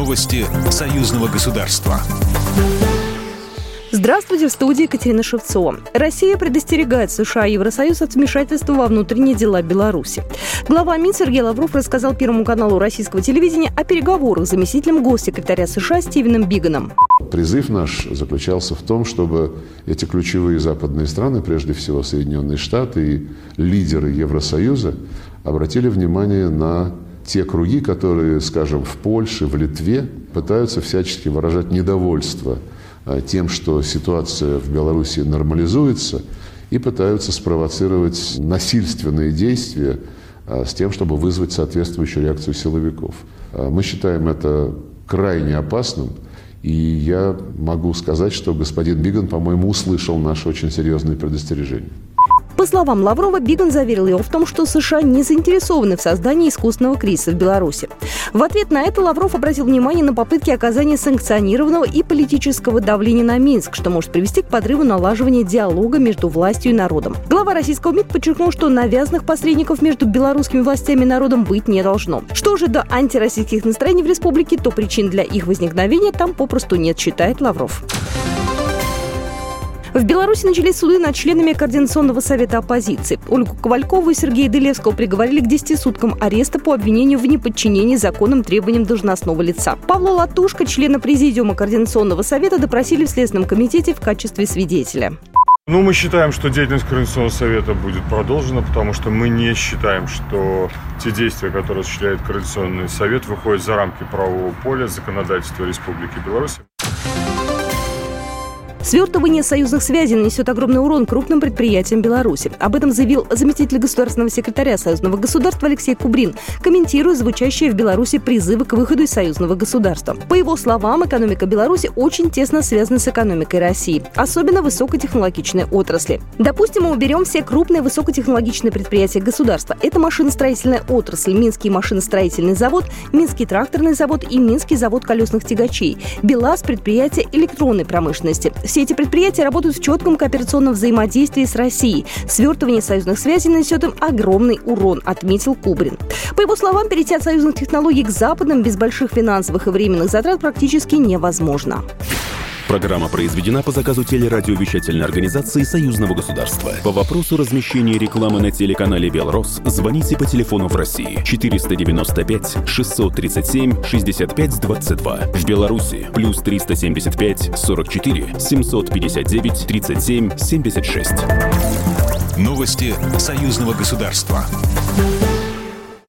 Новости союзного государства. Здравствуйте, в студии Екатерина Шевцова. Россия предостерегает США и Евросоюз от вмешательства во внутренние дела Беларуси. Глава МИД Сергей Лавров рассказал Первому каналу российского телевидения о переговорах с заместителем госсекретаря США Стивеном Биганом. Призыв наш заключался в том, чтобы эти ключевые западные страны, прежде всего Соединенные Штаты и лидеры Евросоюза, обратили внимание на те круги, которые, скажем, в Польше, в Литве пытаются всячески выражать недовольство тем, что ситуация в Беларуси нормализуется, и пытаются спровоцировать насильственные действия с тем, чтобы вызвать соответствующую реакцию силовиков. Мы считаем это крайне опасным, и я могу сказать, что господин Биган, по-моему, услышал наши очень серьезные предостережения. По словам Лаврова, Биган заверил его в том, что США не заинтересованы в создании искусственного кризиса в Беларуси. В ответ на это Лавров обратил внимание на попытки оказания санкционированного и политического давления на Минск, что может привести к подрыву налаживания диалога между властью и народом. Глава российского МИД подчеркнул, что навязанных посредников между белорусскими властями и народом быть не должно. Что же до антироссийских настроений в республике, то причин для их возникновения там попросту нет, считает Лавров. В Беларуси начались суды над членами Координационного совета оппозиции. Ольгу Ковалькову и Сергея Дылевского приговорили к 10 суткам ареста по обвинению в неподчинении законным требованиям должностного лица. Павла Латушко, члена президиума Координационного совета, допросили в Следственном комитете в качестве свидетеля. Мы считаем, что деятельность Координационного совета будет продолжена, потому что мы не считаем, что те действия, которые осуществляет Координационный совет, выходят за рамки правового поля законодательства Республики Беларусь. Свертывание союзных связей нанесет огромный урон крупным предприятиям Беларуси. Об этом заявил заместитель государственного секретаря союзного государства Алексей Кубрин, комментируя звучащие в Беларуси призывы к выходу из союзного государства. По его словам, экономика Беларуси очень тесно связана с экономикой России, особенно высокотехнологичной отрасли. Допустим, мы уберем все крупные высокотехнологичные предприятия государства. Это машиностроительная отрасль, Минский машиностроительный завод, Минский тракторный завод и Минский завод колесных тягачей, БелАЗ, предприятия электронной промышленности. Все эти предприятия работают в четком кооперационном взаимодействии с Россией. Свертывание союзных связей нанесет им огромный урон, отметил Кубрин. По его словам, перейти от союзных технологий к западным без больших финансовых и временных затрат практически невозможно. Программа произведена по заказу телерадиовещательной организации Союзного государства. По вопросу размещения рекламы на телеканале «Белрос» звоните по телефону в России 495 637 65 22. В Беларуси плюс 375 44 759 37 76. Новости союзного государства.